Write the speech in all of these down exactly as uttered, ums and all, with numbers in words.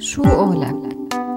شو قولك؟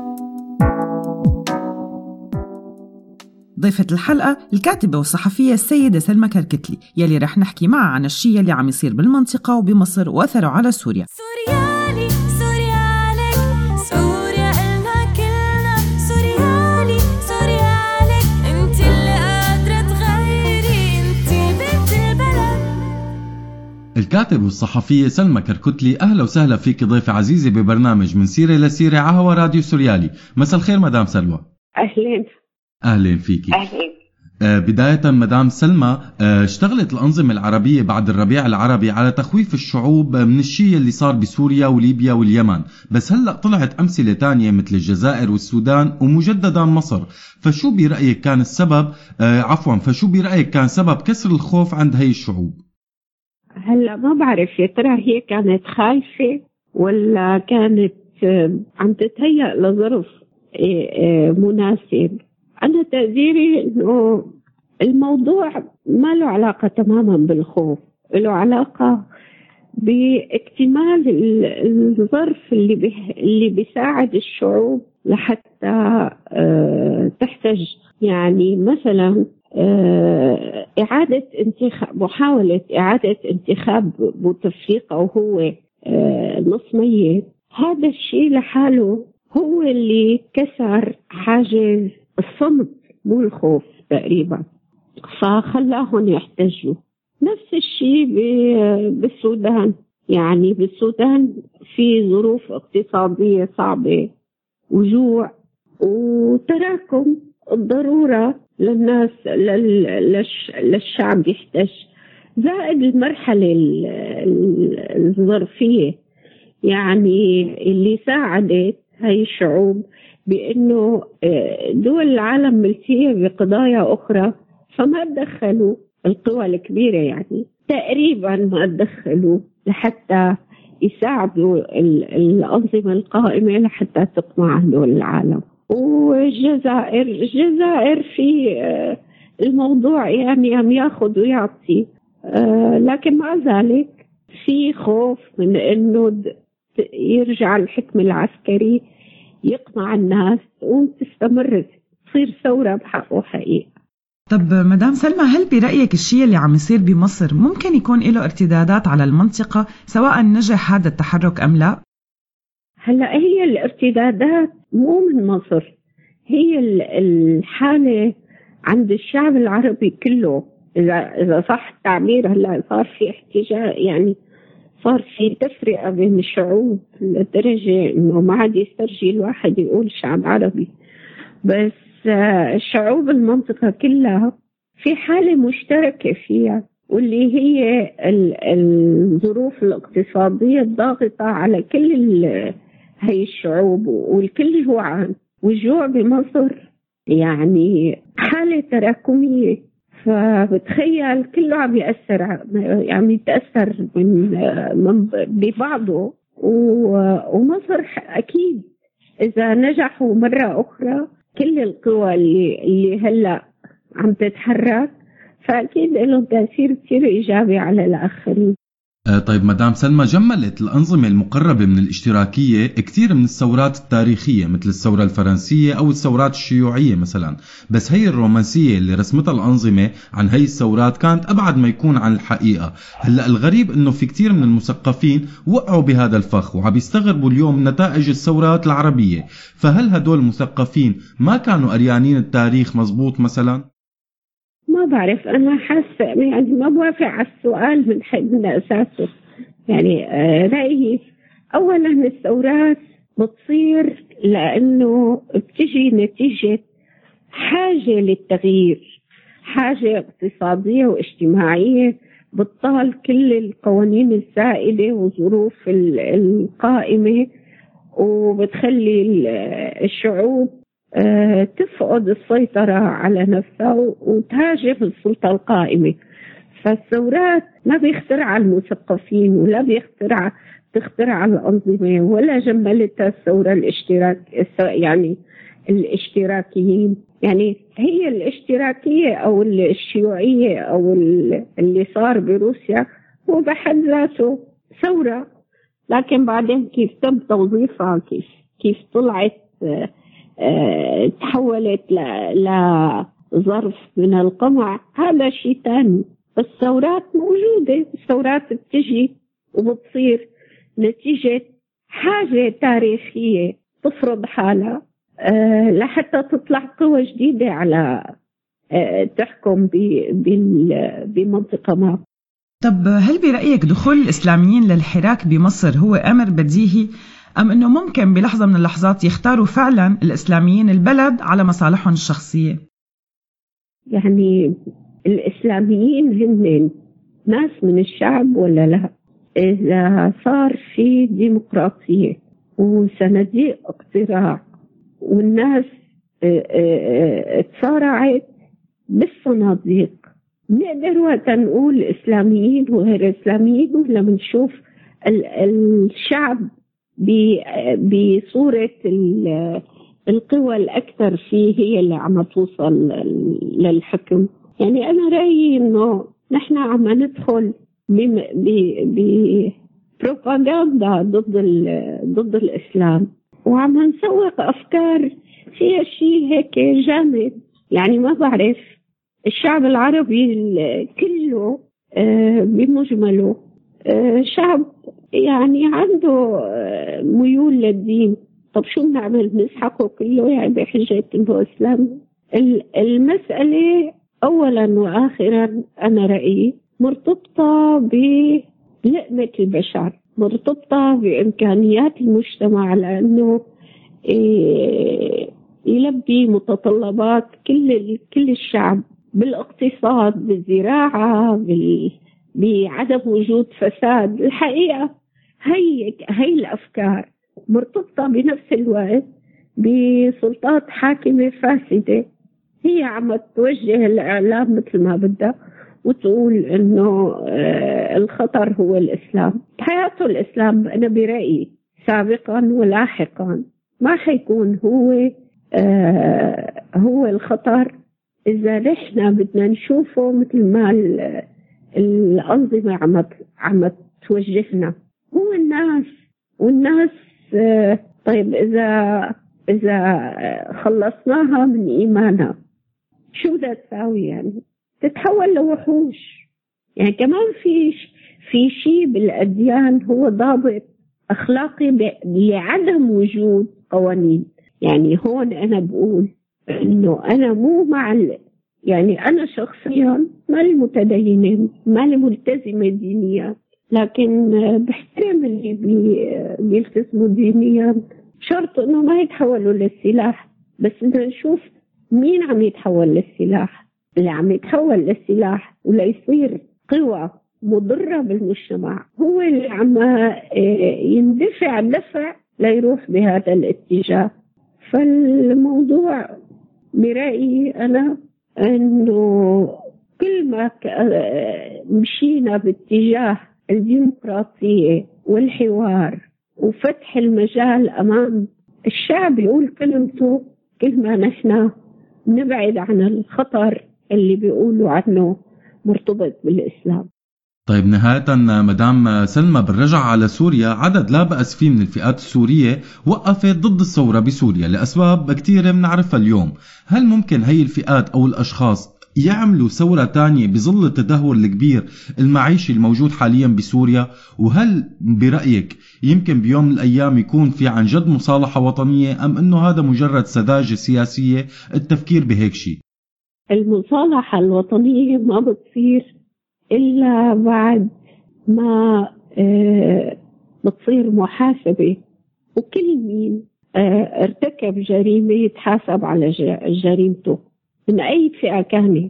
ضيفة الحلقة الكاتبة والصحفية السيدة سلمى كركتلي يلي رح نحكي معها عن الشيء اللي عم يصير بالمنطقة وبمصر وأثره على سوريا. سوريالي سوريالك سوريا إلنا كلنا سوريالي سوريالك انت اللي قادرة تغيري انت بنت البلد. الكاتب والصحفية سلمى كركتلي، أهلا وسهلا فيك ضيفة عزيزة ببرنامج من سيرة لسيرة على هوا راديو سوريالي. مساء الخير مدام سلوى. أهلين أهلين فيكي. أهلين. آه بداية مدام سلمى، آه اشتغلت الأنظمة العربية بعد الربيع العربي على تخويف الشعوب من الشيء اللي صار بسوريا وليبيا واليمن، بس هلأ طلعت أمثلة تانية مثل الجزائر والسودان ومجددا مصر. فشو برأيك كان السبب آه عفوا فشو برأيك كان سبب كسر الخوف عند هاي الشعوب؟ هلا ما بعرف يا ترى هي كانت خايفة ولا كانت عم تتهيأ لظرف مناسب. أنا تقديري إنه الموضوع ما له علاقة تماما بالخوف، له علاقة باكتمال الظرف اللي بي اللي بيساعد الشعوب لحتى أه تحتج. يعني مثلا أه إعادة انتخاب محاولة إعادة انتخاب بوتفليقة وهو أه نص ميت، هذا الشيء لحاله هو اللي كسر حاجز الصمت مو الخوف تقريبا، فخلاهم يحتجوا. نفس الشيء بالسودان، يعني بالسودان في ظروف اقتصادية صعبة وجوع وتراكم الضرورة للناس للشعب يحتج، زائد المرحلة الظرفية يعني اللي ساعدت هاي الشعوب بأنه دول العالم ملتهية بقضايا أخرى فما تدخلوا القوى الكبيرة، يعني تقريبا ما تدخلوا لحتى يساعدوا الأنظمة القائمة لحتى تقمع دول العالم. والجزائر الجزائر في الموضوع يعني عم ياخذ ويعطي، لكن مع ذلك في خوف من أنه يرجع الحكم العسكري يقمع الناس وتستمر تصير ثورة بحقه حقيقة. طب مدام سلمى، هل برأيك الشيء اللي عم يصير بمصر ممكن يكون له ارتدادات على المنطقة سواء نجح هذا التحرك أم لا؟ هلأ هي الارتدادات مو من مصر، هي الحالة عند الشعب العربي كله. إذا إذا صح التعبير، هلأ صار في احتجاج، يعني صار في تفرقة بين الشعوب لدرجة إنه ما عاد يسترجي الواحد يقول شعب عربي، بس شعوب المنطقة كلها في حالة مشتركة فيها، واللي هي الظروف الاقتصادية الضاغطة على كل هاي الشعوب، والكل جوعان، والجوع بمصر يعني حالة تراكمية. فبتخيل كله عم يأثر، يعني يتأثر من من ببعضه. ومصر أكيد إذا نجحوا مرة أخرى كل القوى اللي اللي هلا عم تتحرك، فأكيد لهم تأثير كثير إيجابي على الآخرين. آه طيب مدام سلمى، جملت الأنظمة المقربة من الاشتراكية كتير من الثورات التاريخية مثل الثورة الفرنسية أو الثورات الشيوعية مثلا، بس هي الرومانسية اللي رسمتها الأنظمة عن هي الثورات كانت أبعد ما يكون عن الحقيقة. هلأ الغريب إنه في كتير من المثقفين وقعوا بهذا الفخ وعم يستغربوا اليوم نتائج الثورات العربية. فهل هدول المثقفين ما كانوا قريانين التاريخ مزبوط مثلا؟ ما بعرف، أنا حاسة يعني ما بوافق على السؤال من حيث من أساسه. يعني رأيي أولا الثورات بتصير لأنه بتجي نتيجة حاجة للتغيير، حاجة اقتصادية واجتماعية بتطال كل القوانين السائدة والظروف القائمة، وبتخلي الشعوب تفقد السيطرة على نفسها وتهاجم السلطة القائمة. فالثورات ما بيخترع المثقفين ولا بيخترع تخترع الأنظمة ولا جملتها الثورة الاشتراك يعني الاشتراكيين. يعني هي الاشتراكية أو الشيوعية أو اللي صار بروسيا هو بحد ذاته ثورة، لكن بعدين كيف تم توظيفها، كيف كيف طلعت اه تحولت لظرف من القمع، هذا شيء ثاني. الثورات موجودة، الثورات بتجي وبتصير نتيجة حاجة تاريخية تفرض حالها أه لحتى تطلع قوى جديدة على أه تحكم بمنطقة ما. طب هل برأيك دخول الإسلاميين للحراك بمصر هو أمر بديهي، أم أنه ممكن بلحظة من اللحظات يختاروا فعلا الإسلاميين البلد على مصالحهم الشخصية؟ يعني الإسلاميين هن ناس من الشعب ولا لا؟ إذا صار في ديمقراطية وصناديق اقتراع والناس تصارعت بالصناديق، نقدر وقت نقول إسلاميين وغير إسلاميين، ولا بنشوف الشعب بصورة القوى الأكثر فيه هي اللي عم توصل للحكم؟ يعني أنا رأيي إنه نحن عم ندخل ببروباغندا ضد ضد الإسلام، وعم نسوق أفكار فيها شيء هيك جامد. يعني ما بعرف، الشعب العربي كله بمجمله شعب يعني عنده ميول للدين. طب شو بنعمل؟ بنسحقه كله يعني بحجة إنه إسلام؟ المسألة أولا وآخرا أنا رأيي مرتبطة بلقمة البشر، مرتبطة بإمكانيات المجتمع، لأنه يلبي متطلبات كل كل الشعب بالاقتصاد، بالزراعة، بال... بعدم وجود فساد. الحقيقة هي هي الأفكار مرتبطة بنفس الوقت بسلطات حاكمة فاسدة، هي عم توجه الإعلام مثل ما بدها وتقول إنه الخطر هو الإسلام. حياته الإسلام أنا برأيي سابقا ولاحقا ما حيكون هو هو الخطر إذا نحن بدنا نشوفه مثل ما الأنظمة عم عم توجهنا. هو الناس والناس طيب إذا إذا خلصناها من إيمانها شو بدها تساوي؟ يعني تتحول لوحوش. يعني كمان في في شيء بالأديان هو ضابط أخلاقي لعدم وجود قوانين. يعني هون أنا بقول إنه أنا مو مع يعني أنا شخصيا مالي متدينة، مالي ملتزمة دينيا، لكن بحترم اللي بي بيلتزموا دينيا، شرط إنه ما يتحولوا للسلاح. بس بدنا نشوف مين عم يتحول للسلاح. اللي عم يتحول للسلاح ولا يصير قوى مضرة بالمجتمع هو اللي عم يندفع دفع ليروح بهذا الاتجاه. فالموضوع برأيي أنا أنه كل ما مشينا باتجاه الديمقراطية والحوار وفتح المجال أمام الشعب يقول كلمته، كل ما نحن نبعد عن الخطر اللي بيقولوا عنه مرتبط بالإسلام. طيب نهاية مدام سلمى، بالرجع على سوريا، عدد لا بأس فيه من الفئات السورية وقفت ضد الثورة بسوريا لأسباب كثيرة بنعرفها اليوم. هل ممكن هي الفئات أو الأشخاص يعملوا ثورة تانية بظل التدهور الكبير المعيشي الموجود حاليا بسوريا؟ وهل برأيك يمكن بيوم من الأيام يكون في عن جد مصالحة وطنية، أم أنه هذا مجرد سذاجة سياسية التفكير بهيك شيء؟ المصالحة الوطنية ما بتصير إلا بعد ما اه بتصير محاسبة، وكل مين اه ارتكب جريمة يتحاسب على جريمته من أي فئة كانت.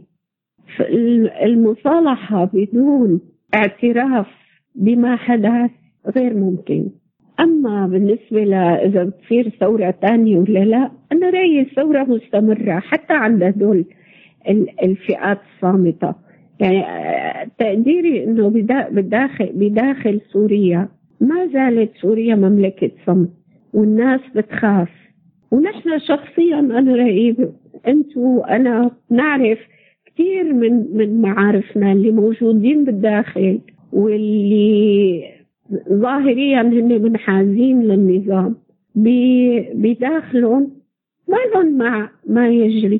المصالحة بدون اعتراف بما حدث غير ممكن. أما بالنسبة لإذا بتصير ثورة تانية ولا لا، أنا رأيي الثورة مستمرة حتى عند هدول الفئات الصامتة. يعني تقديري إنه بداخل بداخل سوريا ما زالت سوريا مملكة صمت، والناس بتخاف. ونحن شخصيا أنا رأيي أنتوا وأنا نعرف كثير من من معارفنا اللي موجودين بالداخل واللي ظاهريا هن منحازين للنظام، بداخلهم ما لهم مع ما يجري.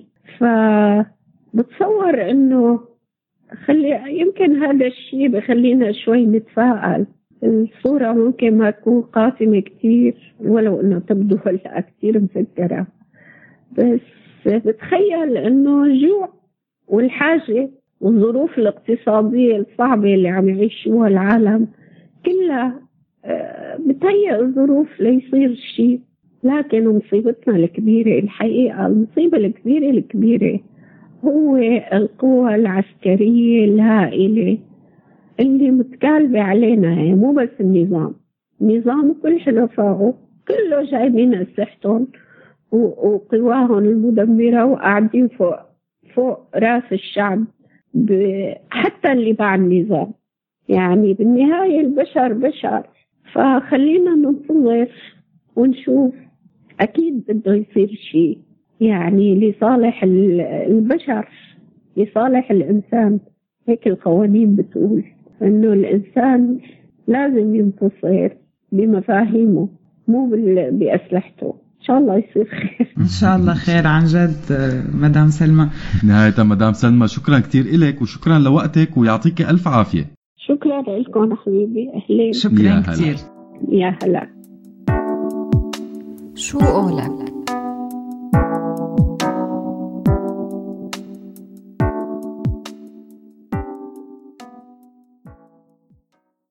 فبتصور انه خلي يمكن هذا الشيء بخلينا شوي نتفائل. الصورة ممكن ما تكون قاتمة كتير ولو انه تبدو هلا كتير مسكرة، بس بتخيل انه الجوع والحاجة والظروف الاقتصادية الصعبة اللي عم يعيشوها العالم كلها بتهيئ الظروف ليصير شيء. لكن مصيبتنا الكبيرة الحقيقة، المصيبة الكبيرة الكبيرة هو القوى العسكرية الهائلة اللي متكالبة علينا. يعني مو بس النظام، النظام وكل حلفائه كله جايبين أسلحتهم وقواهم المدمرة وقاعدين فوق فوق راس الشعب، حتى اللي باع النظام. يعني بالنهاية البشر بشر، فخلينا ننتظر ونشوف. أكيد بده يصير شيء يعني لصالح البشر، لصالح الإنسان. هيك القوانين بتقول إنه الإنسان لازم ينتصر بمفاهيمه مو بأسلحته. إن شاء الله يصير خير. إن شاء الله خير عن جد مدام سلمى. نهاية مدام سلمى شكرا كتير إلك وشكرا لوقتك ويعطيك ألف عافية. شكرا لكم حبيبي. أهلين. شكرا كتير. يا هلا. شو قولك؟